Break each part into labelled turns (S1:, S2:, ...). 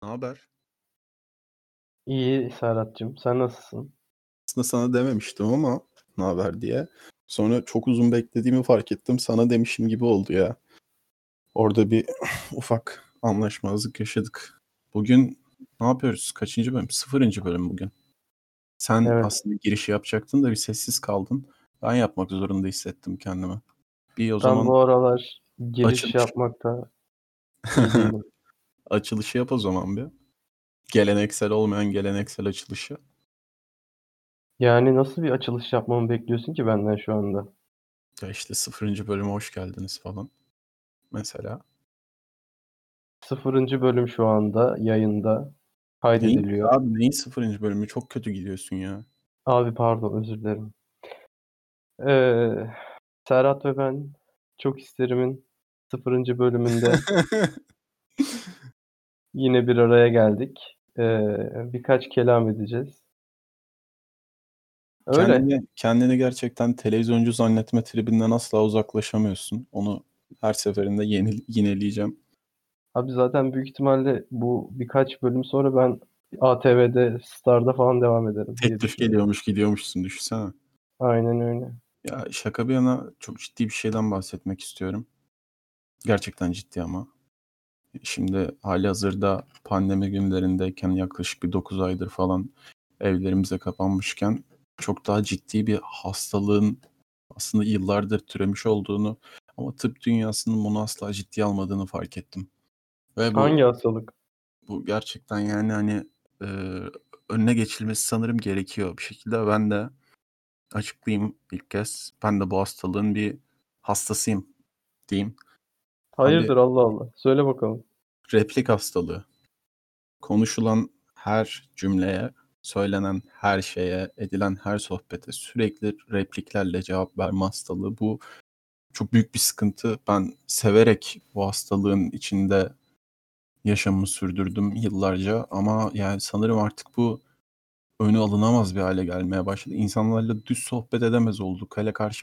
S1: Ne haber?
S2: İyi Serhat'cığım. Sen nasılsın?
S1: Aslında sana dememiştim ama ne haber diye. Sonra çok uzun beklediğimi fark ettim. Sana demişim gibi oldu ya. Orada bir ufak anlaşmazlık yaşadık. Bugün ne yapıyoruz? Kaçıncı bölüm? Sıfırıncı bölüm bugün. Sen
S2: Evet.
S1: aslında girişi yapacaktın da bir sessiz kaldın. Ben yapmak zorunda hissettim kendimi. Bir o
S2: Ben
S1: zaman
S2: bu aralar giriş
S1: açılış.
S2: yapmakta iyi değilim.
S1: Açılışı yap o zaman bir. Geleneksel olmayan geleneksel açılışı.
S2: Yani nasıl bir açılış yapmamı bekliyorsun ki benden şu anda?
S1: Ya işte sıfırıncı bölüme hoş geldiniz falan. Mesela.
S2: Sıfırıncı bölüm şu anda yayında
S1: Neyin
S2: kaydediliyor.
S1: abi neyin sıfırıncı bölümü? Çok kötü gidiyorsun ya.
S2: Abi pardon, özür dilerim. Ee, Serhat ve ben Çok İsterim'in sıfırıncı bölümünde yine bir araya geldik. Birkaç kelam edeceğiz. Öyle.
S1: Kendini gerçekten televizyoncu zannetme tribinden asla uzaklaşamıyorsun. Onu her seferinde yineleyeceğim.
S2: Abi zaten büyük ihtimalle bu birkaç bölüm sonra ben ATV'de, Star'da falan devam ederim diye
S1: Teklif
S2: düşünüyorum.
S1: geliyormuş gidiyormuşsun düşünsene.
S2: Aynen öyle.
S1: Ya şaka bir yana çok ciddi bir şeyden bahsetmek istiyorum. Gerçekten ciddi ama. Şimdi halihazırda pandemi günlerindeyken yaklaşık bir 9 aydır falan evlerimize kapanmışken çok daha ciddi bir hastalığın aslında yıllardır türemiş olduğunu ama tıp dünyasının bunu asla ciddiye almadığını fark ettim. Ve
S2: Hangi hastalık?
S1: bu gerçekten yani hani önüne geçilmesi sanırım gerekiyor bir şekilde. Ben de açıklayayım ilk kez. Ben de bu hastalığın bir hastasıyım diyeyim. Abi
S2: Hayırdır, Allah Allah. Söyle bakalım.
S1: replik hastalığı. Konuşulan her cümleye, söylenen her şeye, edilen her sohbete sürekli repliklerle cevap verme hastalığı. Bu çok büyük bir sıkıntı. Ben severek bu hastalığın içinde yaşamımı sürdürdüm yıllarca ama yani sanırım artık bu önü alınamaz bir hale gelmeye başladı. İnsanlarla düz sohbet edemez olduk.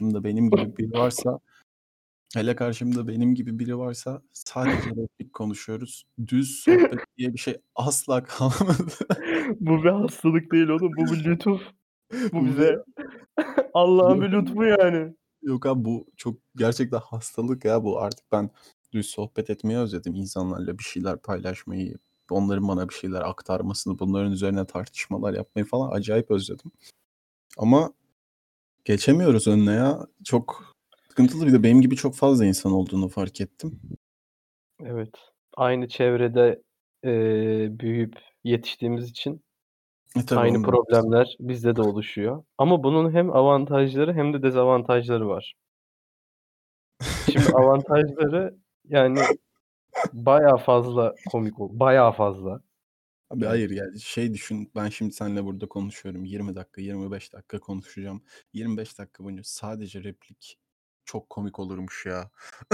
S1: Hele karşımda benim gibi biri varsa sadece replik konuşuyoruz. Düz sohbet diye bir şey asla kalmadı.
S2: Bu bir hastalık değil oğlum. Bu bir lütuf. Bu
S1: Bu bir
S2: bize Allah'ın
S1: yok,
S2: bir lütfu yani.
S1: yok abi bu çok gerçekten hastalık ya bu. Artık ben düz sohbet etmeyi özledim. İnsanlarla bir şeyler paylaşmayı, onların bana bir şeyler aktarmasını, bunların üzerine tartışmalar yapmayı falan acayip özledim. Ama geçemiyoruz önüne ya. Çok sıkıntılı bir de benim gibi çok fazla insan olduğunu fark ettim.
S2: Evet. Aynı çevrede büyüyüp yetiştiğimiz için
S1: Tabii
S2: aynı
S1: onun da etkisi.
S2: problemler bizde de oluşuyor. Ama bunun hem avantajları hem de dezavantajları var. Şimdi avantajları, yani bayağı fazla komik bayağı fazla.
S1: Abi
S2: Yani
S1: hayır yani şey düşün ben şimdi seninle burada konuşuyorum 20 dakika 25 dakika konuşacağım. 25 dakika boyunca sadece replik çok komik olurmuş ya.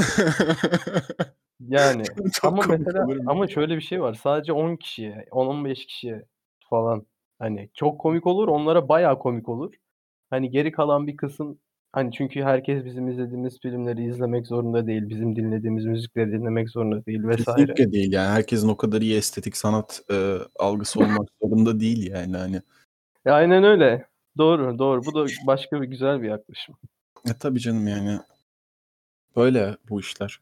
S2: Yani
S1: Çok
S2: ama
S1: komik
S2: mesela
S1: olurmuş.
S2: ama şöyle bir şey var. Sadece 10 kişiye, 10-15 kişiye falan hani çok komik olur. Onlara bayağı komik olur. Hani geri kalan bir kısım, hani çünkü herkes bizim izlediğimiz filmleri izlemek zorunda değil. Bizim dinlediğimiz müzikleri dinlemek zorunda değil vesaire.
S1: Kesinlikle değil yani herkesin o kadar iyi estetik sanat algısı olmak zorunda değil yani hani.
S2: Aynen öyle. Doğru, doğru. Bu da başka bir güzel bir yaklaşım.
S1: Tabii canım yani böyle bu işler.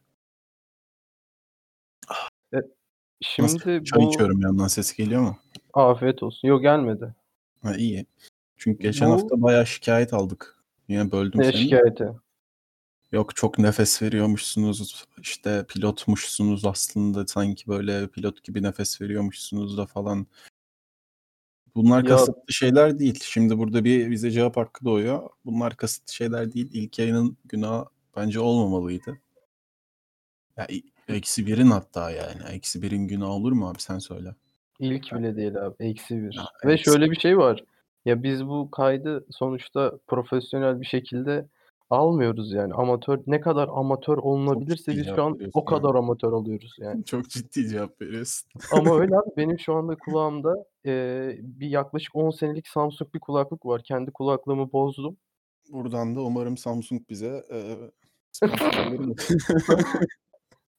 S2: E,
S1: Nasıl?
S2: şimdi
S1: Çay
S2: bu
S1: içiyorum yandan ses geliyor mu?
S2: afiyet olsun. Yok, gelmedi.
S1: Ha, iyi. Çünkü geçen
S2: Bu
S1: hafta bayağı şikayet aldık. Yine böldüm
S2: ne
S1: seni.
S2: şikayeti?
S1: Yok çok nefes veriyormuşsunuz, işte pilotmuşsunuz aslında sanki böyle pilot gibi nefes veriyormuşsunuz da falan. Bunlar
S2: Ya
S1: kasıtlı şeyler değil. Şimdi burada bir bize cevap hakkı doğuyor. Bunlar kasıtlı şeyler değil. İlk yayının günahı bence olmamalıydı. Ya eksi birin hatta yani. Eksi birin günahı olur mu abi sen söyle.
S2: ilk bile değil abi. Eksi
S1: Ya,
S2: bir. Ve
S1: eksi
S2: şöyle bir şey var. Ya biz bu kaydı sonuçta profesyonel bir şekilde almıyoruz yani. Amatör, ne kadar amatör
S1: çok
S2: olunabilirse
S1: ciddi
S2: biz şu
S1: cevap
S2: an o
S1: veriyorsun ha.
S2: kadar amatör oluyoruz yani.
S1: Çok ciddi cevap veriyorsun.
S2: Ama öyle abi, benim şu anda kulağımda bir yaklaşık 10 senelik Samsung bir kulaklık var. Kendi kulaklığımı bozdum.
S1: Buradan da umarım Samsung bize sponsor olur mu?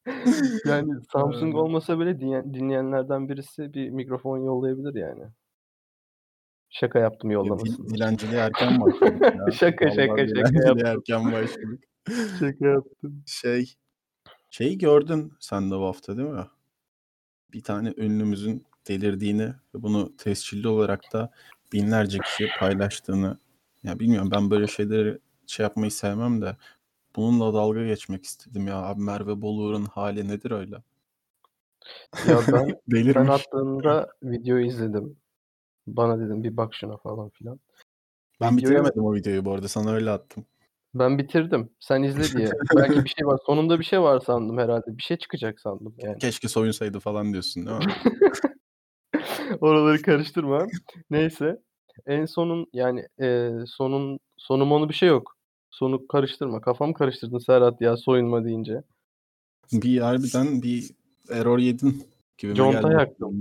S2: Yani Samsung
S1: Eee,
S2: olmasa bile dinleyenlerden birisi bir mikrofon yollayabilir yani. Şaka yaptım, yollamasınlar.
S1: dilenciliğe erken başladık ya.
S2: Şaka, şaka,
S1: Vallahi
S2: şaka
S1: dilenciliğe
S2: yaptım.
S1: erken başladık.
S2: Şaka yaptım.
S1: Şeyi gördün sen de bu hafta değil mi? Bir tane ünlümüzün delirdiğini ve bunu tescilli olarak da binlerce kişi paylaştığını. Ya bilmiyorum, ben böyle şeyleri yapmayı sevmem de bununla dalga geçmek istedim ya. Abi Merve Boluğur'un hali nedir öyle?
S2: Ya sen
S1: Delirmiş.
S2: attığında videoyu izledim. Bana dedim bir bak şuna falan filan.
S1: Ben
S2: Videoyu
S1: bitiremedim o videoyu bu arada, sana öyle attım.
S2: ben bitirdim. Sen izle diye. Belki bir şey var. Sonunda bir şey var sandım herhalde. Bir şey çıkacak sandım yani.
S1: Keşke soyunsaydı falan diyorsun değil mi?
S2: Oraları karıştırma. Neyse. En sonun yani sonun monu bir şey yok. Sonu karıştırma. Kafamı karıştırdın Serhat ya soyunma deyince.
S1: Bir harbiden bir error yedin gibime
S2: Conta
S1: geldi.
S2: yaktım.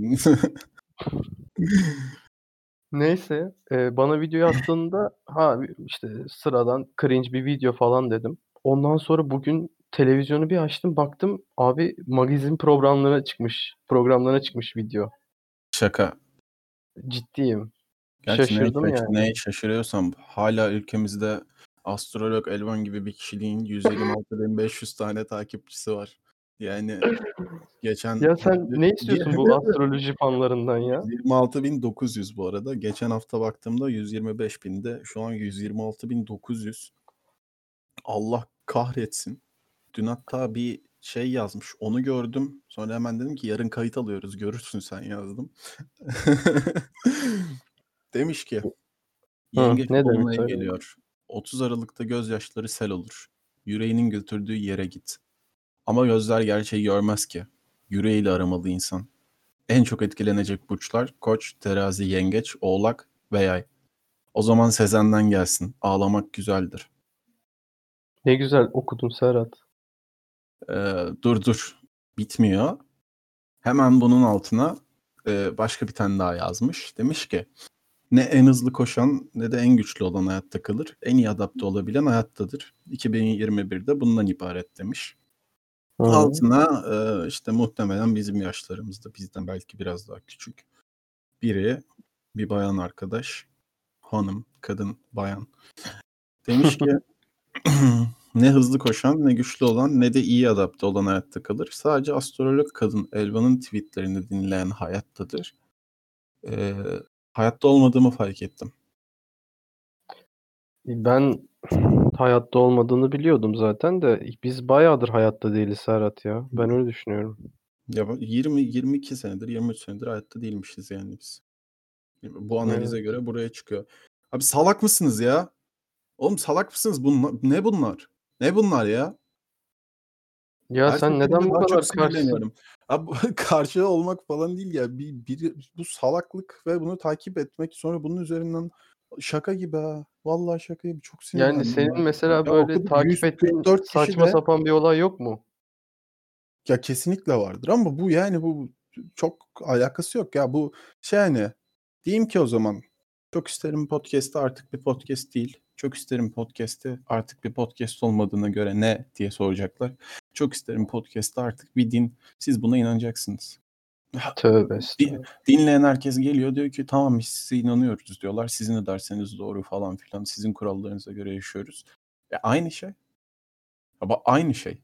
S2: Neyse, bana videoyu attığında, işte sıradan cringe bir video falan dedim. Ondan sonra bugün televizyonu bir açtım, baktım abi magazin programlarına çıkmış video.
S1: Şaka.
S2: Ciddiyim.
S1: Gerçi
S2: Şaşırdım yani.
S1: neye şaşırıyorsam hala ülkemizde astrolog Elvan gibi bir kişiliğin 126.500 tane takipçisi var. Yani geçen
S2: Ya sen ne istiyorsun bu astroloji fanlarından ya?
S1: 126.900 bu arada. Geçen hafta baktığımda 125.000'de. Şu an 126.900. Allah kahretsin. Dün hatta bir şey yazmış. Onu gördüm. Sonra hemen dedim ki yarın kayıt alıyoruz. Görürsün sen, yazdım. Demiş ki
S2: Hı,
S1: yengeç
S2: ne demek
S1: dolunayı
S2: söyle.
S1: geliyor. 30 Aralık'ta gözyaşları sel olur. Yüreğinin götürdüğü yere git. Ama gözler gerçeği görmez ki. Yüreğiyle aramalı insan. En çok etkilenecek burçlar Koç, Terazi, Yengeç, Oğlak ve Yay. O zaman Sezen'den gelsin. Ağlamak güzeldir.
S2: Ne güzel okudun Serhat.
S1: Dur. Bitmiyor. Hemen bunun altına başka bir tane daha yazmış. Demiş ki ne en hızlı koşan ne de en güçlü olan hayatta kalır. En iyi adapte olabilen hayattadır. 2021'de bundan ibaret demiş.
S2: Hı.
S1: Altına işte muhtemelen bizim yaşlarımızda, bizden belki biraz daha küçük biri, bir bayan arkadaş, hanım, kadın, bayan. Demiş ki ne hızlı koşan, ne güçlü olan, ne de iyi adapte olan hayatta kalır. Sadece astrolog kadın Elvan'ın tweetlerini dinleyen hayattadır. Ee, Hayatta olmadığımı fark ettim.
S2: Ben hayatta olmadığını biliyordum zaten de biz bayağıdır hayatta değiliz Serhat ya. Ben öyle düşünüyorum.
S1: Ya 22 senedir, 23 senedir hayatta değilmişiz yani biz. Bu
S2: Evet.
S1: analize göre buraya çıkıyor. Abi salak mısınız ya? Oğlum salak mısınız? Ne bunlar? Ne bunlar ya?
S2: Ya
S1: Her
S2: sen
S1: seferinde
S2: neden bu
S1: daha çok
S2: kadar karşısın?
S1: sinirleniyorum. Abi karşı olmak falan değil ya. Bu salaklık ve bunu takip etmek, sonra bunun üzerinden şaka gibi ha. Vallahi şaka gibi. Çok
S2: Yani
S1: sinirlendim
S2: senin
S1: ya.
S2: mesela
S1: Ya
S2: böyle
S1: okuduk
S2: takip ettiğin
S1: 144 kişi
S2: saçma
S1: de
S2: sapan bir olay yok mu?
S1: ya kesinlikle vardır ama bu yani bu çok alakası yok ya. Bu şey hani diyeyim ki o zaman çok isterim podcast'te artık bir podcast değil. Çok isterim podcast'te artık bir podcast olmadığına göre ne diye soracaklar. Çok isterim podcast'te artık bir din. Siz buna inanacaksınız. Ha,
S2: Tövbe estağfurullah.
S1: dinleyen herkes geliyor diyor ki tamam biz size inanıyoruz diyorlar. Sizin ne derseniz doğru falan filan. Sizin kurallarınıza göre yaşıyoruz. Aynı şey. Ama aynı şey.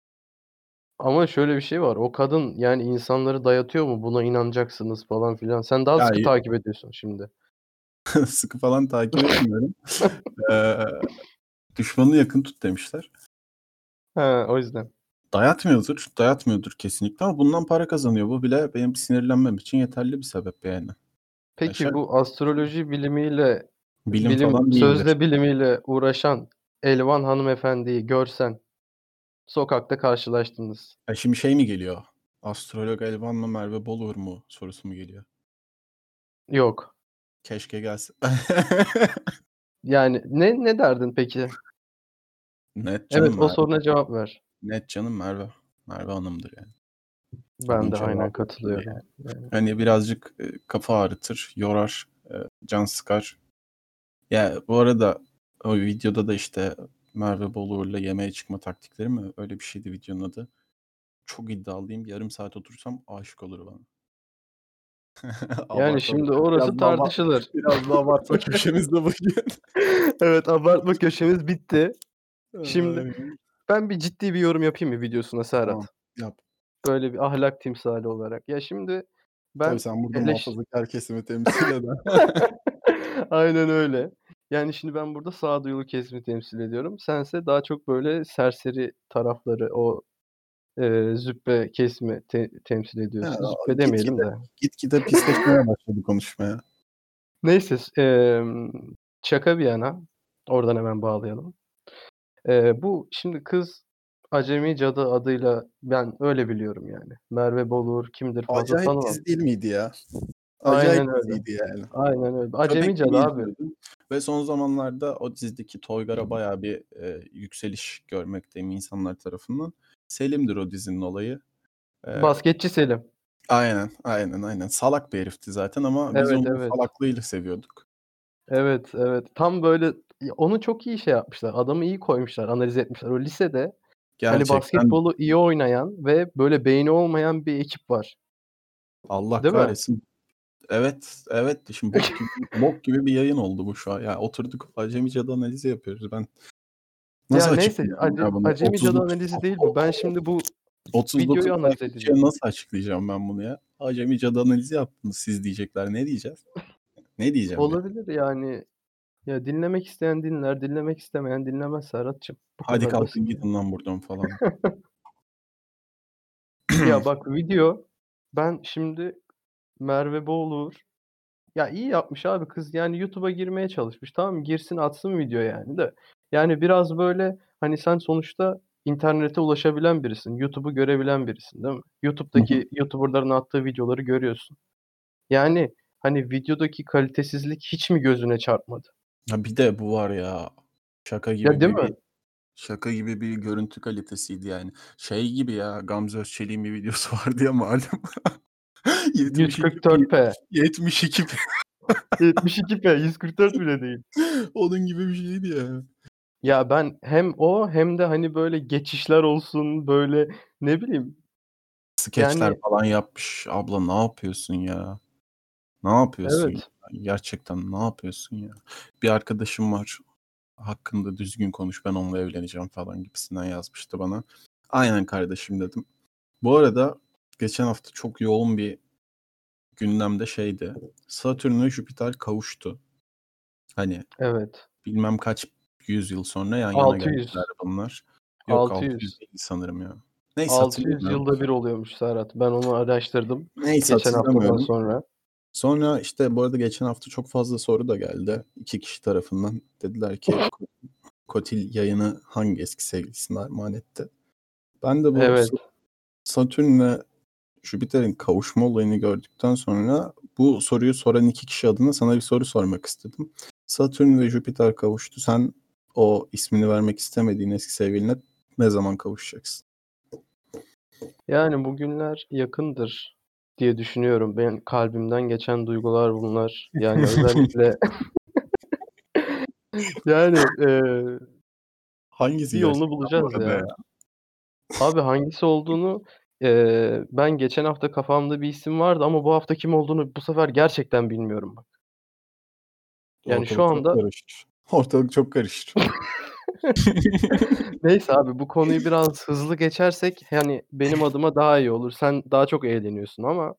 S2: Ama şöyle bir şey var. O kadın yani insanları dayatıyor mu? Buna inanacaksınız falan filan. Sen daha
S1: Ya
S2: sıkı takip ediyorsun şimdi.
S1: sıkı falan takip etmiyorum. Eee, Düşmanı yakın tut demişler.
S2: Ha, o yüzden.
S1: Dayatmıyordur kesinlikle ama bundan para kazanıyor. Bu bile benim sinirlenmem için yeterli bir sebep yani.
S2: Peki
S1: Yaşar,
S2: bu astroloji bilimiyle,
S1: bilim falan değildir.
S2: sözde bilimiyle uğraşan Elvan hanımefendiyi görsen sokakta karşılaştınız.
S1: Şimdi şey mi geliyor? Astrolog Elvan mı Merve Boluğur mu sorusu mu geliyor?
S2: Yok.
S1: Keşke gelsin.
S2: Yani ne derdin peki?
S1: Net
S2: Evet,
S1: canım
S2: o
S1: Merve.
S2: soruna cevap ver.
S1: Net canım Merve. Merve Hanım'dır yani.
S2: Ben
S1: Bunun
S2: de aynen
S1: cevabı belli
S2: katılıyorum.
S1: yani.
S2: Yani.
S1: Hani birazcık kafa ağrıtır, yorar, can sıkar. Ya bu arada o videoda da işte Merve Boluğur'la yemeğe çıkma taktikleri mi? Öyle bir şeydi videonun adı. çok iddialıyım. Yarım saat otursam aşık olur bana.
S2: Yani
S1: Abartalım.
S2: şimdi orası
S1: Biraz da
S2: tartışılır.
S1: biraz da abartma köşemizde bugün.
S2: Evet, abartma köşemiz bitti. Şimdi
S1: Ay.
S2: ben bir ciddi bir yorum yapayım mı videosuna
S1: Tamam,
S2: Serhat?
S1: yap.
S2: Böyle bir ahlak timsali olarak. Ya şimdi
S1: Tabii
S2: ben
S1: sen burada
S2: eleş
S1: muhafazakâr kesimi temsil eden.
S2: Aynen öyle. Yani şimdi ben burada sağduyulu kesimi temsil ediyorum. Sense daha çok böyle serseri tarafları, o, züppe kesimi temsil
S1: Ya,
S2: ediyorsun. Züppe
S1: gitgide
S2: demeyelim de.
S1: gitgide pisleşmeye başladı konuşmaya.
S2: Neyse, şaka bir yana, oradan hemen bağlayalım. Bu şimdi kız Acemi Cadı adıyla ben öyle biliyorum yani. Merve Bolur kimdir fazla
S1: Acayip
S2: tanımam.
S1: dizi değil miydi ya?
S2: Aynen
S1: Acayip
S2: öyle.
S1: diziydi yani.
S2: Aynen öyle. Acemi
S1: Köpek gibi
S2: Cadı abi.
S1: izliyordum ve son zamanlarda o dizideki Toygar'a bayağı bir, yükseliş görmekteyim insanlar tarafından. Selim'dir o dizinin olayı. Eee
S2: Basketçi Selim.
S1: Aynen, aynen, aynen. Salak bir herifti zaten ama biz
S2: Evet,
S1: onu
S2: evet.
S1: salaklığıyla seviyorduk.
S2: Evet, evet. Tam böyle onu çok iyi şey yapmışlar. Adamı iyi koymuşlar, analiz etmişler. O lisede hani
S1: Gerçekten
S2: basketbolu iyi oynayan ve böyle beyni olmayan bir ekip var.
S1: Allah
S2: Değil mi?
S1: kahretsin. Evet, evet. Şimdi bok gibi bir yayın oldu bu şu an. Ya oturduk Acemi Cadı analizi yapıyoruz. Ben
S2: Ya
S1: nasıl
S2: neyse
S1: açıklayacağım ya bunu?
S2: Acemi Cadı analizi değil bu. Ben şimdi bu
S1: 39
S2: videoyu analiz
S1: takipçiye
S2: edeceğim.
S1: nasıl açıklayacağım ben bunu ya? Acemi Cadı analizi yaptınız siz diyecekler. Ne diyeceğiz? Ne diyeceğim ya?
S2: Olabilir yani. Ya dinlemek isteyen dinler, dinlemek istemeyen dinlemez Serhat'cığım. Bu
S1: Hadi
S2: kadar
S1: kalkın
S2: basit.
S1: gidin lan buradan falan.
S2: Ya bak video, ben şimdi Merve Bolur, ya iyi yapmış abi kız, yani YouTube'a girmeye çalışmış, tamam mı? Girsin atsın video yani de. Yani biraz böyle hani sen sonuçta internete ulaşabilen birisin. YouTube'u görebilen birisin değil mi?
S1: Hı hı.
S2: YouTube'daki YouTuber'ların attığı videoları görüyorsun. Yani hani videodaki kalitesizlik hiç mi gözüne çarpmadı?
S1: Ya bir de bu var ya. Şaka
S2: Ya
S1: gibi
S2: değil
S1: bir
S2: mi?
S1: şaka gibi bir görüntü kalitesiydi yani. Şey gibi ya Gamze Özçelik'in bir videosu vardı ya malum. 72p
S2: 144p,
S1: 72p
S2: 72p, 144 bile değil.
S1: onun gibi bir şeydi ya.
S2: Ya ben hem o hem de hani böyle geçişler olsun, böyle ne bileyim
S1: Skeçler
S2: yani
S1: falan yapmış. Abla ne yapıyorsun ya? Ne yapıyorsun ya?
S2: evet.
S1: Gerçekten ne yapıyorsun ya? Bir arkadaşım var. Hakkında düzgün konuş ben onunla evleneceğim falan gibisinden yazmıştı bana. Aynen kardeşim dedim. Bu arada geçen hafta çok yoğun bir gündemde şeydi. Satürn ve Jüpiter kavuştu. Hani
S2: Evet.
S1: bilmem kaç yüzyıl sonra yan yana geldiler
S2: 600.
S1: bunlar. Yok 600
S2: 600.
S1: değil sanırım ya. Neyse
S2: 600
S1: hatırlamıyorum.
S2: yılda bir oluyormuş Serhat. Ben onu araştırdım
S1: Neyse
S2: geçen haftadan
S1: hatırlamıyorum.
S2: sonra.
S1: Sonra işte bu arada geçen hafta çok fazla soru da geldi. 2 kişi tarafından. Dediler ki Kotil yayını hangi eski sevgilisine armağan etti? Ben de bu
S2: Evet.
S1: Satürn'le Jüpiter'in kavuşma olayını gördükten sonra bu soruyu soran 2 kişi adına sana bir soru sormak istedim. Satürn ve Jüpiter kavuştu. Sen o ismini vermek istemediğin eski sevgiline ne zaman kavuşacaksın?
S2: Yani bugünler yakındır diye düşünüyorum. Ben kalbimden geçen duygular bunlar. Yani özellikle yani,
S1: Hangisi
S2: bir yolunu
S1: gerçekten bu
S2: bulacağız
S1: arada
S2: ya.
S1: ya?
S2: Abi hangisi olduğunu, ben geçen hafta kafamda bir isim vardı ama bu hafta kim olduğunu bu sefer gerçekten bilmiyorum bak. Yani şu
S1: Ortalık çok
S2: anda
S1: karışır. Ortalık çok karışır.
S2: neyse abi bu konuyu biraz hızlı geçersek, hani, benim adıma daha iyi olur. Sen daha çok eğleniyorsun ama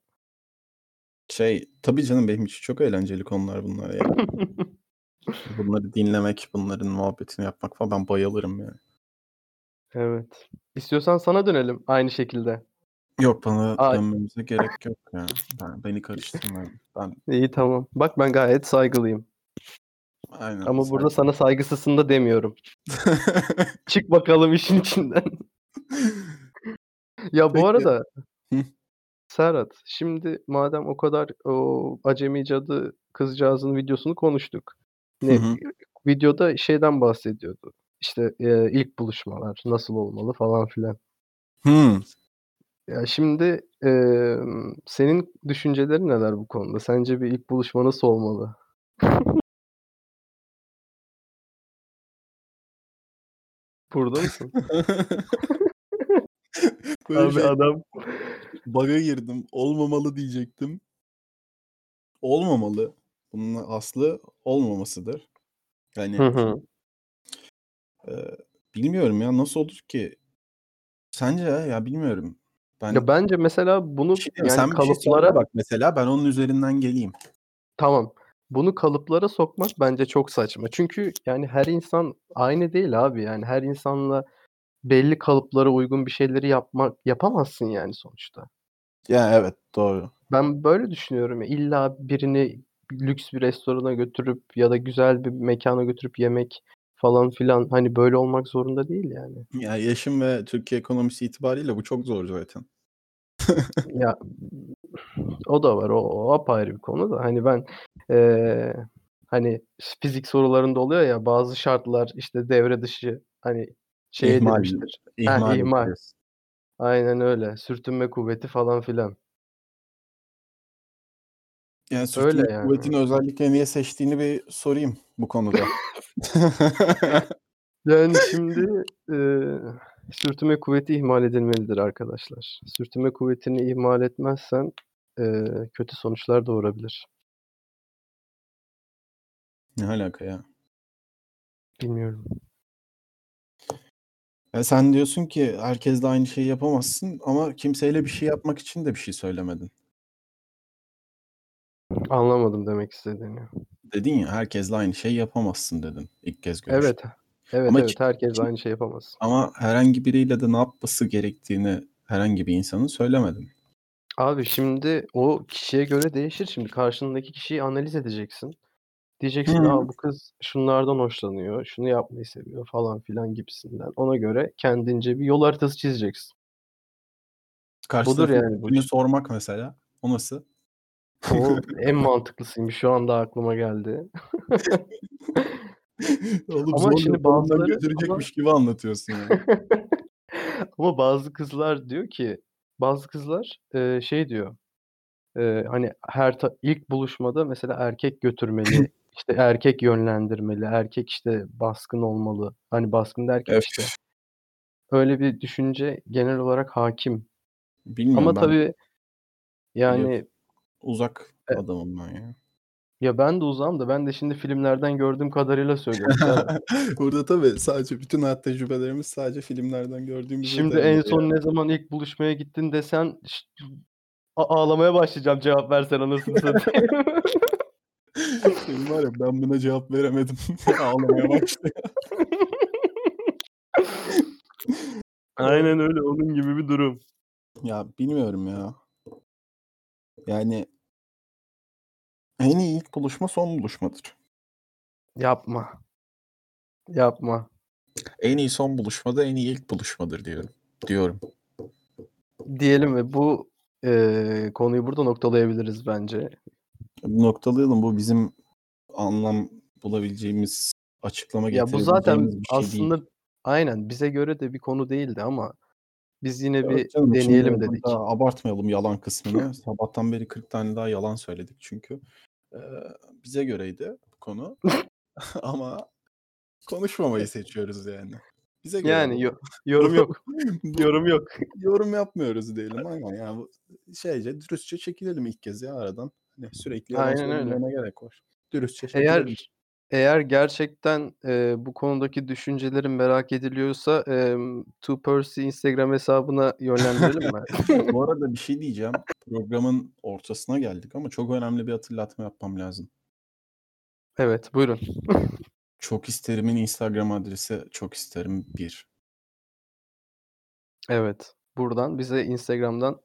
S1: Tabii canım benim için çok eğlenceli konular bunlar ya. Bunları dinlemek, bunların muhabbetini yapmak falan ben bayılırım yani.
S2: Evet. İstiyorsan sana dönelim aynı şekilde.
S1: Yok bana
S2: A
S1: dönmemize gerek yok ya. Beni karıştırmayın. Ben
S2: iyi, tamam. Bak ben gayet saygılıyım
S1: aynen
S2: ama burada
S1: saygı.
S2: sana saygısızsın da demiyorum. Çık bakalım işin içinden. Ya bu
S1: Peki.
S2: arada
S1: Hı,
S2: Serhat, şimdi madem o kadar o acemi cadı kızcağızın videosunu konuştuk.
S1: hı
S2: Ne
S1: hı.
S2: videoda şeyden bahsediyordu. İşte, ilk buluşmalar nasıl olmalı falan filan.
S1: Hıı.
S2: Ya şimdi, senin düşüncelerin neler bu konuda? Sence bir ilk buluşma nasıl olmalı? Burada mısın?
S1: Böyle
S2: Abi
S1: şey
S2: adam
S1: bug'a girdim. Olmamalı diyecektim. Olmamalı. Bunun aslı olmamasıdır.
S2: Hı
S1: Yani
S2: hı.
S1: eee, bilmiyorum ya nasıl olur ki? Sence ya bilmiyorum. Ben
S2: Ya bence mesela
S1: bir
S2: bunu
S1: şey diyeyim mi?
S2: yani
S1: Sen bir şey söyle
S2: kalıplara
S1: bak mesela ben onun üzerinden geleyim.
S2: tamam. Bunu kalıplara sokmak bence çok saçma. Çünkü yani her insan aynı değil abi. Yani her insanla belli kalıplara uygun bir şeyleri yapamazsın yani sonuçta.
S1: Ya evet doğru.
S2: Ben böyle düşünüyorum. Ya, İlla birini lüks bir restorana götürüp ya da güzel bir mekâna götürüp yemek falan filan, hani, böyle olmak zorunda değil yani.
S1: Ya yaşım ve Türkiye ekonomisi itibariyle bu çok zor zaten.
S2: Ya, o da var. O apayrı bir konu da. Hani, ben, eee, hani, fizik sorularında oluyor ya, bazı şartlar, işte, devre dışı, hani, şey
S1: İhmal
S2: edilmiştir.
S1: ihmal
S2: İhmal.
S1: ediliyorsun.
S2: Aynen öyle. Sürtünme kuvveti falan filan.
S1: Yani
S2: Öyle
S1: sürtünme
S2: yani.
S1: kuvvetini özellikle niye seçtiğini bir sorayım bu konuda.
S2: Yani, şimdi, eee, sürtünme kuvveti ihmal edilmelidir arkadaşlar. Sürtünme kuvvetini ihmal etmezsen, kötü sonuçlar doğurabilir.
S1: Ne alaka ya?
S2: Bilmiyorum.
S1: Ya sen diyorsun ki herkesle aynı şeyi yapamazsın ama kimseyle bir şey yapmak için de bir şey söylemedin.
S2: Anlamadım demek istediğini.
S1: Dedin ya herkesle aynı şeyi yapamazsın dedin ilk kez
S2: Evet.
S1: görüştüğünde.
S2: Evet,
S1: Ama
S2: evet. Herkesle aynı şeyi yapamaz.
S1: ama herhangi biriyle de ne yapması gerektiğini herhangi bir insanın söylemedin.
S2: Abi, şimdi o kişiye göre değişir. Şimdi karşındaki kişiyi analiz edeceksin. Diyeceksin,
S1: Hı.
S2: "A, bu kız şunlardan hoşlanıyor, şunu yapmayı seviyor." falan filan gibisinden. Ona göre kendince bir yol haritası çizeceksin.
S1: Karşı
S2: Budur
S1: tarafın
S2: yani bu
S1: fikrini
S2: iş.
S1: sormak mesela. O nasıl?
S2: O en mantıklısıymış. Şu anda aklıma geldi.
S1: Oğlum
S2: Ama
S1: zorla
S2: şimdi
S1: salondan
S2: bazıları ama
S1: götürecekmiş gibi anlatıyorsun ya.
S2: ama bazı kızlar diyor ki bazı kızlar, şey diyor, hani, ilk buluşmada mesela erkek götürmeli, işte, erkek yönlendirmeli, erkek, işte, baskın olmalı. Hani, baskın derken,
S1: Öf,
S2: işte, öyle bir düşünce genel olarak hâkim. Ama
S1: bilmiyorum ben
S2: tabii,
S1: biliyorsun
S2: yani,
S1: uzak
S2: e
S1: adamım ben ya.
S2: ya, ben de uzağım da ben de şimdi filmlerden gördüğüm kadarıyla söylüyorum Serhat.
S1: Burada tabii sadece bütün hayat tecrübelerimiz sadece filmlerden gördüğümüze
S2: Şimdi en
S1: dayanıyor
S2: son
S1: yani.
S2: ne zaman ilk buluşmaya gittin desen ağlamaya başlayacağım cevap versen anasını satayım.
S1: Senin var ya ben buna cevap veremedim. Ağlamaya başlıyor.
S2: Aynen öyle, onun gibi bir durum.
S1: Ya bilmiyorum ya. Yani en iyi ilk buluşma son buluşmadır.
S2: Yapma, yapma.
S1: En iyi son buluşmada en iyi ilk buluşmadır diyorum.
S2: Diyelim ve bu, konuyu burada noktalayabiliriz bence.
S1: Bu noktalayalım. Bu bizim anlam bulabileceğimiz, açıklama
S2: Ya, bu zaten
S1: getirebileceğimiz bir şey değil.
S2: aslında aynen bize göre de bir konu değildi ama biz yine
S1: Evet
S2: bir
S1: canım, şimdi
S2: deneyelim
S1: burada
S2: dedik.
S1: abartmayalım yalan kısmını. Sabahtan beri 40 tane daha yalan söyledik çünkü. Eee, bize göreydi bu konu ama konuşmamayı seçiyoruz yani. Bize göre
S2: Yani
S1: bu.
S2: yorum yok.
S1: Bu
S2: Yorum yok.
S1: yorum yapmıyoruz diyelim. Aynen ya bu dürüstçe çekilelim ilk kez ya aradan. Hani sürekli yalan
S2: Aynen
S1: söylemeye
S2: öyle.
S1: ne gerek var? Dürüstçe çekilelim.
S2: Eğer eğer gerçekten, bu konudaki düşüncelerin merak ediliyorsa, Two Percy Instagram hesabına yönlendirelim mi?
S1: Bu arada bir şey diyeceğim. Programın ortasına geldik ama çok önemli bir hatırlatma yapmam lazım.
S2: Evet, buyurun.
S1: Çok isterimin Instagram adresi çok isterim 1.
S2: Evet, buradan bize Instagram'dan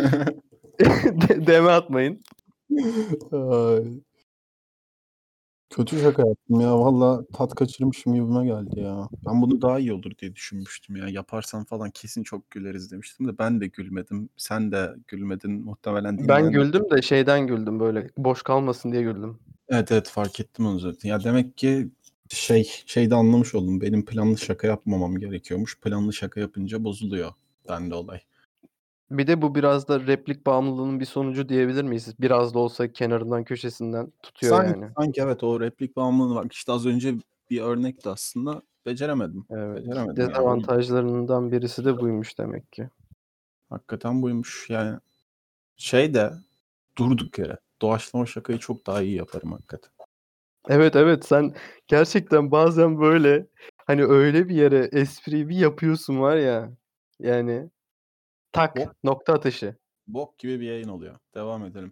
S2: DM atmayın.
S1: Ay, kötü şaka yaptım ya. Valla tat kaçırmışım gibime geldi ya. Ben bunu daha iyi olur diye düşünmüştüm ya. Yaparsam falan kesin çok güleriz demiştim de ben de gülmedim. Sen de gülmedin. Muhtemelen
S2: Ben
S1: dinleyenler.
S2: güldüm de şeyden güldüm, böyle, boş kalmasın diye güldüm.
S1: Evet, evet, fark ettim onu zaten. Ya demek ki şeyde anlamış oldum. Benim planlı şaka yapmamam gerekiyormuş. Planlı şaka yapınca bozuluyor bende olay.
S2: Bir de bu biraz da replik bağımlılığının bir sonucu diyebilir miyiz? Biraz da olsa kenarından köşesinden tutuyor yani.
S1: Sanki evet o replik bağımlılığı var. İşte az önce bir örnekti aslında. Beceremedim.
S2: Evet.
S1: Beceremedim yani.
S2: Dezavantajlarından birisi de buymuş demek ki.
S1: Hakikaten buymuş. Yani şey de durduk yere doğaçlama şakayı çok daha iyi yaparım hakikaten.
S2: Evet, evet, sen gerçekten bazen böyle hani öyle bir yere espriyi bir yapıyorsun var ya. Yani
S1: Bok,
S2: tak nokta atışı.
S1: bok gibi bir yayın oluyor. Devam edelim.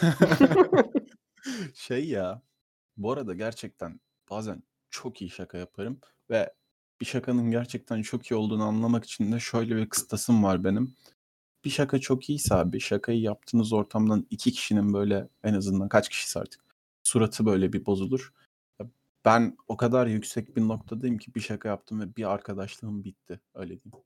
S1: Şey ya, bu arada gerçekten bazen çok iyi şaka yaparım ve bir şakanın gerçekten çok iyi olduğunu anlamak için de şöyle bir kıstasım var benim. Bir şaka çok iyiyse abi, şakayı yaptığınız ortamdan iki kişinin böyle en azından kaç kişisi artık suratı böyle bir bozulur. Ben o kadar yüksek bir noktadayım ki bir şaka yaptım ve bir arkadaşlığım bitti. Öyle diyeyim.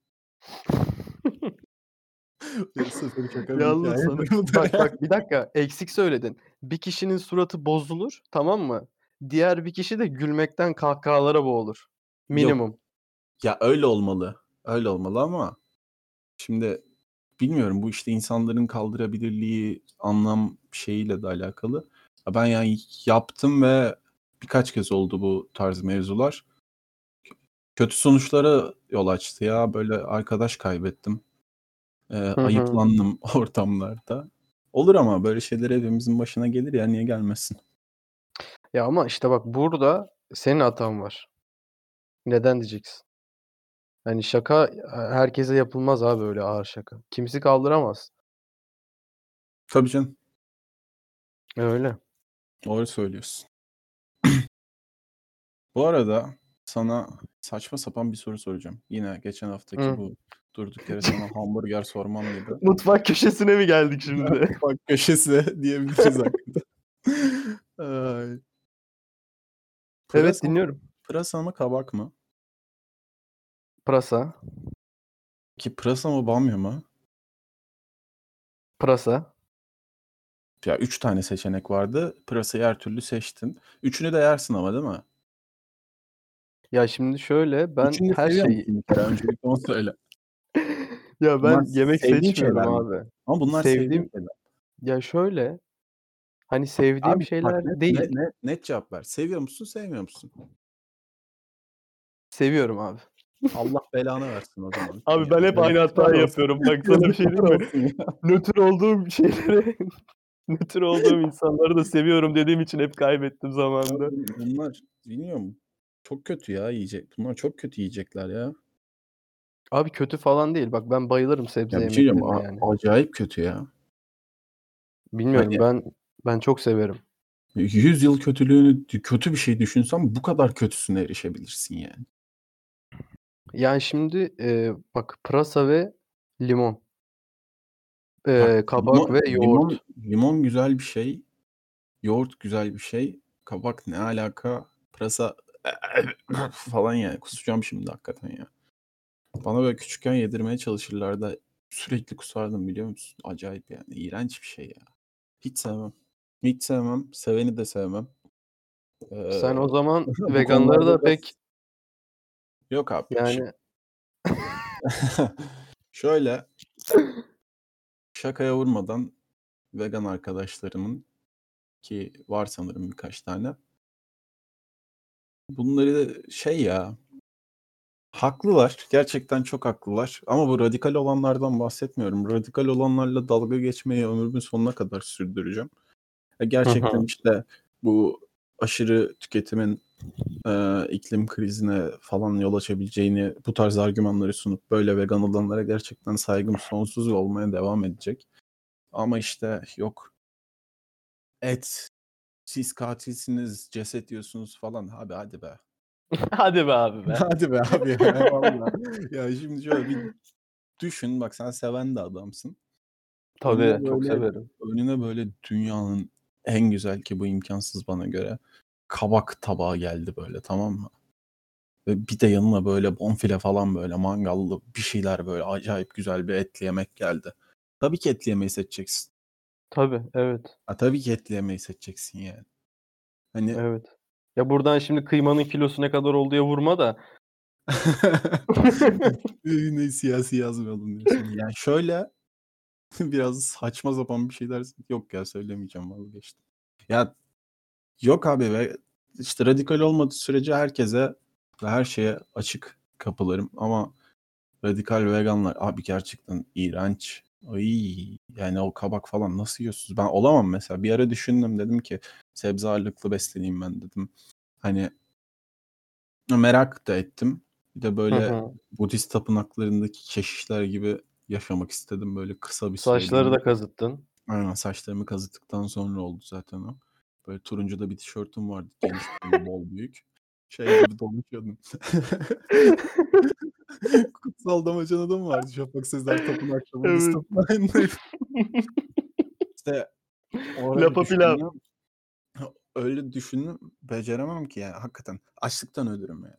S1: Sıfır şaka bir
S2: Yalnız
S1: hikaye.
S2: sana bak bak bir dakika eksik söyledin. Bir kişinin suratı bozulur, tamam mı? Diğer bir kişi de gülmekten kahkahalara boğulur.
S1: Yok
S2: Minimum.
S1: ya, öyle olmalı. Öyle olmalı ama şimdi bilmiyorum, bu işte insanların kaldırabilirliği anlam şeyiyle de alakalı. Ya ben yani yaptım ve birkaç kez oldu bu tarz mevzular. Kötü sonuçlara yol açtı ya. Böyle arkadaş kaybettim.
S2: Hı hı.
S1: Ayıplandım ortamlarda. Olur ama böyle şeyler hepimizin başına gelir ya, niye gelmesin?
S2: Ya ama işte bak burada senin hatan var. Neden diyeceksin? Hani şaka herkese yapılmaz abi öyle ağır şaka. Kimisi kaldıramaz.
S1: Tabii canım.
S2: Öyle.
S1: Doğru söylüyorsun. Bu arada sana saçma sapan bir soru soracağım. Yine geçen haftaki
S2: Hı.
S1: bu durduk yere sana hamburger sormam gibi.
S2: Mutfak köşesine mi geldik şimdi?
S1: Bak köşesi diyebiliriz hakikaten. Ay.
S2: Evet,
S1: Pırasa mı?
S2: dinliyorum.
S1: Pırasa mı kabak mı?
S2: Pırasa,
S1: Ki pırasa mı bamya mı?
S2: pırasa.
S1: Ya 3 tane seçenek vardı. Pırasayı her türlü seçtin. Üçünü de yersin ama değil mi?
S2: Ya şimdi şöyle ben
S1: Üçünü de
S2: her
S1: seviyor
S2: şeyi
S1: musun bir kere? Öncelikle onu söyle.
S2: ya
S1: Bunlar
S2: ben yemek
S1: sevdiğin
S2: seçmiyorum
S1: şeyler mi?
S2: abi.
S1: Ama bunlar sevdiğin
S2: Sevdiğim
S1: şeyler.
S2: ya şöyle hani sevdiğim
S1: Abi bak,
S2: şeyler
S1: net net
S2: değil.
S1: net net cevap ver. Seviyor musun, sevmiyor musun?
S2: Seviyorum abi.
S1: Allah belanı versin o zaman.
S2: Abi ben
S1: Yani
S2: hep aynı
S1: yazıklar
S2: hatayı
S1: olsun.
S2: yapıyorum. Bak sana bir şey
S1: Yazıklar
S2: diyeyim mi?
S1: olsun ya.
S2: Nötr olduğum şeyleri nötr olduğum insanları da seviyorum dediğim için hep kaybettim
S1: Abi
S2: zamanında.
S1: bunlar bilmiyorum. Çok kötü ya yiyecek. Bunlar çok kötü yiyecekler ya.
S2: Abi kötü falan değil. Bak ben bayılırım sebze
S1: Ya bir şey diyeceğim.
S2: yemeklerine yani.
S1: Acayip kötü ya.
S2: Bilmiyorum
S1: Hani
S2: ben çok severim.
S1: 100 yıl kötülüğünü, kötü bir şey düşünsem bu kadar kötüsüne erişebilirsin yani.
S2: Yani şimdi bak pırasa ve limon,
S1: Bak
S2: kabak ve yoğurt.
S1: limon güzel bir şey. Yoğurt güzel bir şey. Kabak ne alaka? Pırasa falan yani. Kusacağım şimdi hakikaten ya. Bana böyle küçükken yedirmeye çalışırlardı. Sürekli kusardım biliyor musun? Acayip yani. İğrenç bir şey ya. Hiç sevmem. Hiç sevmem. Seveni de sevmem.
S2: Sen
S1: Ee,
S2: o zaman
S1: bu
S2: veganları
S1: konularda
S2: da
S1: biraz
S2: pek
S1: yok abi.
S2: yani
S1: Şöyle şakaya vurmadan vegan arkadaşlarımın, ki var sanırım birkaç tane. Bunları şey ya, haklılar. Gerçekten çok haklılar. Ama bu radikal olanlardan bahsetmiyorum. Radikal olanlarla dalga geçmeyi ömrümün sonuna kadar sürdüreceğim.
S2: Hı
S1: Gerçekten
S2: hı.
S1: işte bu aşırı tüketimin iklim krizine falan yol açabileceğini, bu tarz argümanları sunup böyle vegan olanlara gerçekten saygım sonsuz ve olmaya devam edecek. Ama işte yok et, siz katilsiniz, ceset yiyorsunuz falan. Abi hadi be.
S2: Hadi be abi be.
S1: Hadi be abi ya valla. Ya şimdi şöyle bir düşün, bak sen seven de adamsın. Önüne
S2: Tabii, çok
S1: böyle
S2: severim.
S1: önüne böyle dünyanın en güzel, ki bu imkansız bana göre, kabak tabağı geldi böyle, tamam mı? Ve bir de yanına böyle bonfile falan, böyle mangallı bir şeyler, böyle acayip güzel bir etli yemek geldi. Tabii ki etli yemeği seçeceksin.
S2: Tabii, evet,
S1: Ha, tabii ki etli yemeği seçeceksin yani. Hani
S2: evet. Ya buradan şimdi kıymanın kilosu ne kadar olduğuya vurma da.
S1: ne siyasi yazmayalım diyorsun. Yani şöyle biraz saçma sapan bir şey dersin. Yok ya, söylemeyeceğim, vazgeçtim. Ya yok abi, ve işte radikal olmadığı sürece herkese ve her şeye açık kapılarım, ama Radikal veganlar abi gerçekten iğrenç. Ay, yani o kabak falan nasıl yiyorsunuz? Ben olamam mesela. Bir ara düşündüm, dedim ki sebze ağırlıklı besleneyim ben dedim. Hani merak da ettim. Bir de
S2: Hı
S1: böyle
S2: hı.
S1: Budist tapınaklarındaki keşişler gibi yaşamak istedim böyle kısa bir
S2: Saçları
S1: süreliğine.
S2: da kazıttın.
S1: Aynen, saçlarımı kazıttıktan sonra oldu zaten o. Böyle turuncu da bir tişörtüm vardı. Geniş böyle bol büyük. Şey gibi dolaşıyordum. Kutsal Damacana'da mı vardı? Şafak Sezer Tapınak'ta, Budist
S2: Evet.
S1: Tapınak'ta. İşte öyle
S2: Lapa pilav.
S1: düşündüm. Öyle düşündüm. Beceremem ki ya. Hakikaten. Açlıktan ölürüm ya.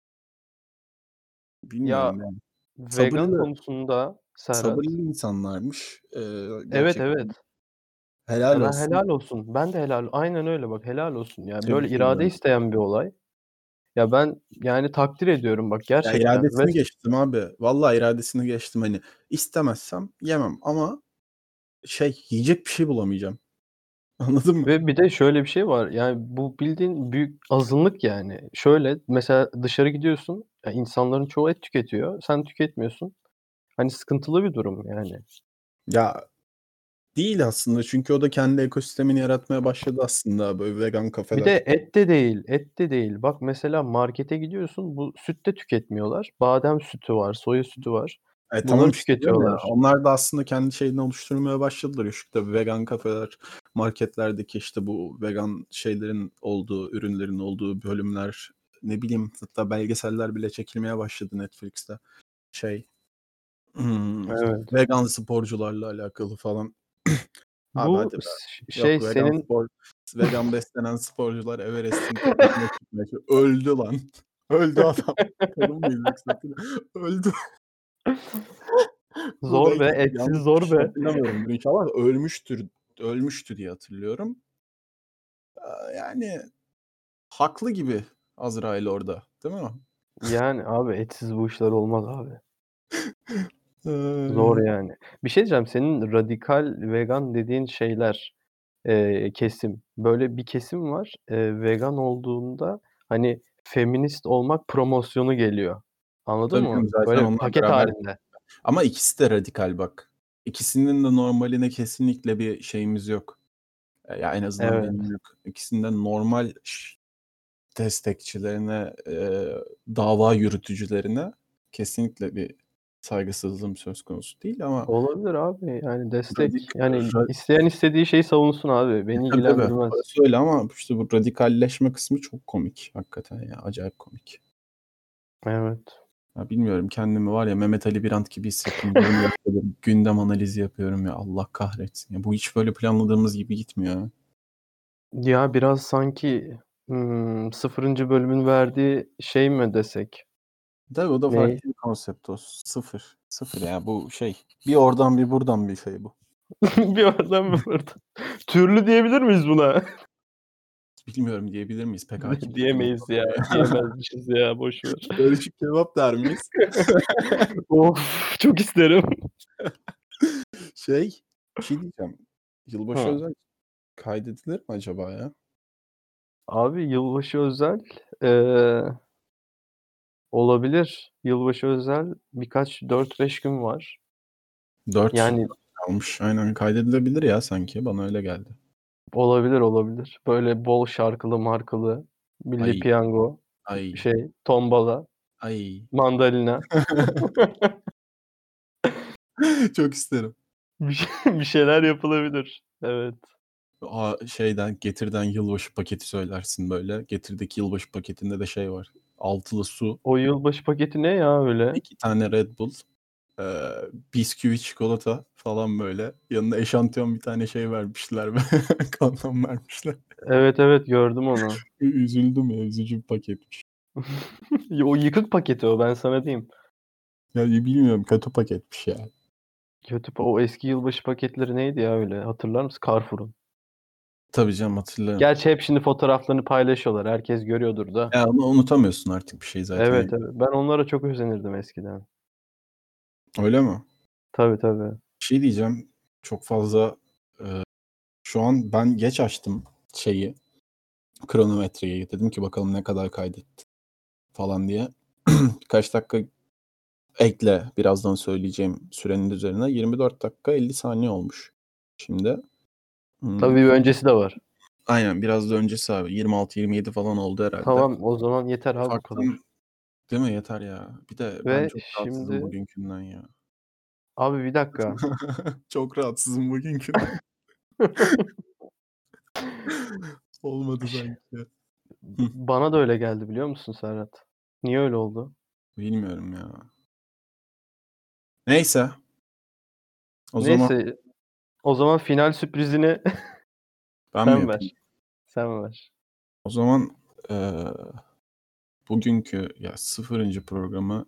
S2: Ya
S1: Bilmiyorum yani.
S2: vegan
S1: Sabırlı,
S2: konusunda Serhat.
S1: sabırlı insanlarmış.
S2: Evet
S1: Gerçekten
S2: evet.
S1: helal
S2: Ya ben
S1: olsun.
S2: helal olsun. Ben de helal. Aynen öyle bak helal olsun. Yani böyle
S1: Tebrik
S2: irade
S1: ediyorum.
S2: isteyen bir olay. Ya ben yani takdir ediyorum bak
S1: Ya
S2: gerçekten. Ve
S1: iradesini geçtim abi. Vallahi iradesini geçtim. Hani istemezsem yemem ama yiyecek bir şey bulamayacağım. Anladın mı?
S2: ve bir de şöyle bir şey var. Yani bu bildiğin büyük azınlık yani. Şöyle mesela dışarı gidiyorsun. Ya insanların çoğu et tüketiyor. Sen tüketmiyorsun. Hani sıkıntılı bir durum yani.
S1: Ya değil aslında, çünkü o da kendi ekosistemini yaratmaya başladı aslında, böyle vegan
S2: Bir de
S1: kafeler.
S2: et de değil, et de değil. Bak mesela markete gidiyorsun, bu süt de tüketmiyorlar. Badem sütü var, soya sütü var.
S1: Tamam
S2: Bunları
S1: işte diyorum ya,
S2: tüketiyorlar.
S1: onlar da aslında kendi şeyini oluşturmaya başladılar. İşte vegan kafeler, marketlerdeki işte bu vegan şeylerin olduğu, ürünlerin olduğu bölümler, ne bileyim, hatta belgeseller bile çekilmeye başladı Netflix'te. Şey,
S2: Evet.
S1: vegan sporcularla alakalı falan. Abi
S2: Bu
S1: hadi be.
S2: şey
S1: Yok,
S2: senin
S1: vegan beslenen sporcular Everest'in tepesine çıkmaya öldü lan. Öldü adam. Kadın mıydı yoksa? Öldü. Bu
S2: zor be,
S1: belki
S2: etsiz
S1: yanlış bir
S2: zor
S1: şey
S2: be.
S1: hatırlamıyorumdur inşallah. Ölmüştü diye hatırlıyorum. Yani haklı gibi Azrail orada, değil mi?
S2: Yani abi etsiz bu işler olmaz abi. Zor
S1: Ay.
S2: yani. Bir şey diyeceğim, senin radikal vegan dediğin şeyler, kesim, böyle bir kesim var, vegan olduğunda, hani, feminist olmak promosyonu geliyor. Anladın
S1: Tabii
S2: mı?
S1: canım, zaten
S2: Böyle
S1: onlar
S2: paket
S1: beraber.
S2: hâlinde.
S1: Ama ikisi de radikal bak. İkisinin de normaline kesinlikle bir şeyimiz yok. Ya en azından benim
S2: Evet.
S1: yok. İkisinden normal destekçilerine, dava yürütücülerine kesinlikle bir saygısızlığım söz konusu değil ama
S2: Olabilir abi, yani
S1: radik
S2: destek. Yani
S1: ra
S2: isteyen istediği şeyi savunsun abi, beni
S1: tabii, tabii.
S2: ilgilendirmez.
S1: Orası öyle ama işte bu radikalleşme kısmı çok komik hakikaten ya, acayip komik.
S2: Evet.
S1: Ya bilmiyorum, kendimi var ya Mehmet Ali Birant gibi hissettim. Yayın başladım, gündem analizi yapıyorum ya, Allah kahretsin ya. Bu hiç böyle planladığımız gibi gitmiyor ya.
S2: Ya, biraz sanki, 0. bölümün verdiği şey mi desek,
S1: Tabii o da
S2: ne?
S1: farklı bir konsept o. Sıfır. Sıfır ya, bu bir oradan bir buradan bir şey bu.
S2: Bir oradan bir buradan. Türlü diyebilir miyiz buna?
S1: Bilmiyorum, diyebilir miyiz? Pek hakim değilim o
S2: Diyemeyiz ya,
S1: konuya.
S2: diyemezmişiz ya, boş ver.
S1: Karışık kebap der miyiz?
S2: Of, çok isterim.
S1: Şey, bir şey diyeceğim. Yılbaşı
S2: Hı.
S1: özel kaydedilir mi acaba ya?
S2: Abi yılbaşı özel, eee, olabilir. Yılbaşı özel birkaç 4-5 gün var.
S1: 4
S2: Yani
S1: kalmış. Aynen, kaydedilebilir ya sanki. Bana öyle geldi.
S2: olabilir, olabilir. Böyle bol şarkılı markılı, milli
S1: Ay,
S2: piyango,
S1: ay,
S2: şey, tombala,
S1: ay.
S2: mandalina,
S1: Çok isterim.
S2: bir şeyler yapılabilir. Evet.
S1: Getir'den yılbaşı paketi söylersin böyle. Getir'deki yılbaşı paketinde de şey var. Altılı su,
S2: O yılbaşı paketi ne ya öyle?
S1: 2 tane Red Bull, bisküvi, çikolata falan böyle. Yanına eşantiyon bir tane şey vermişler. Kondom vermişler.
S2: Evet, evet gördüm onu.
S1: Üzüldüm ya. Üzücü bir paketmiş.
S2: O yıkık paketi o, ben sana diyeyim.
S1: Ya bilmiyorum, kötü paketmiş ya.
S2: O eski yılbaşı paketleri neydi ya öyle, hatırlar mısın? Carrefour'un.
S1: Tabii canım, hatırlarım.
S2: Gerçi hep şimdi fotoğraflarını paylaşıyorlar. Herkes görüyordur da.
S1: Ya onu unutamıyorsun artık bir şey zaten ya.
S2: Evet, evet. Ben onlara çok özenirdim eskiden.
S1: Öyle mi?
S2: Tabii, tabii.
S1: Bir şey diyeceğim. Çok fazla şu an ben geç açtım kronometreyi. Dedim ki bakalım ne kadar kaydetti falan diye. Birkaç dakika ekle birazdan söyleyeceğim sürenin üzerine 24 dakika 50 saniye olmuş. Şimdi.
S2: Tabii bir öncesi de var.
S1: Aynen biraz da öncesi abi. 26-27 falan oldu herhalde.
S2: Tamam o zaman yeter abi bu kadar.
S1: Ufaktan değil mi? Yeter ya. Bir de ben
S2: Ve
S1: çok rahatsızım
S2: şimdi
S1: bugünkünden ya.
S2: abi bir dakika.
S1: Çok rahatsızım bugünkünden. Olmadı sanki. Hı.
S2: Bana da öyle geldi biliyor musun Serhat? Niye öyle oldu?
S1: Bilmiyorum ya. Neyse. O zaman
S2: Neyse o zaman final sürprizini
S1: ben mi
S2: sen ver.
S1: yapayım?
S2: Sen ver.
S1: O zaman bugünkü ya 0. programı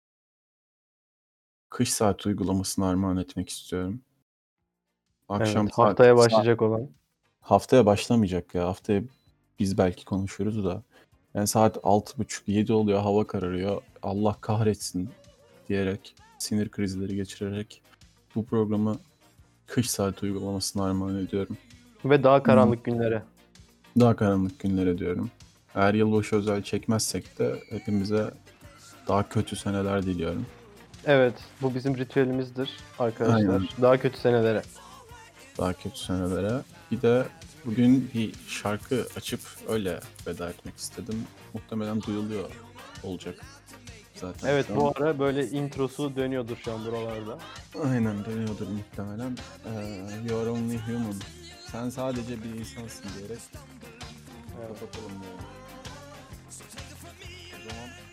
S1: kış saat uygulamasına armağan etmek istiyorum.
S2: Evet,
S1: Akşam
S2: haftaya başlayacak olan.
S1: haftaya başlamayacak ya. Haftaya biz belki konuşuruz da. Yani saat 6.30-7 oluyor, hava kararıyor. Allah kahretsin diyerek, sinir krizleri geçirerek bu programı kış saat uygulamasına armağan ediyorum.
S2: Ve daha karanlık günlere.
S1: Daha karanlık günlere diyorum. Eğer yılbaşı özel çekmezsek de hepimize daha kötü seneler diliyorum.
S2: Evet, bu bizim ritüelimizdir arkadaşlar.
S1: Aynen.
S2: Daha kötü senelere.
S1: Daha kötü senelere. Bir de bugün bir şarkı açıp öyle veda etmek istedim. Muhtemelen duyuluyor olacak zaten
S2: Evet,
S1: şu
S2: bu
S1: an.
S2: ara böyle introsu dönüyordur şu an buralarda.
S1: Aynen dönüyordur muhtemelen. You are only human. Sen sadece bir insansın diyerek
S2: Evet.
S1: kapatalım yani. O zaman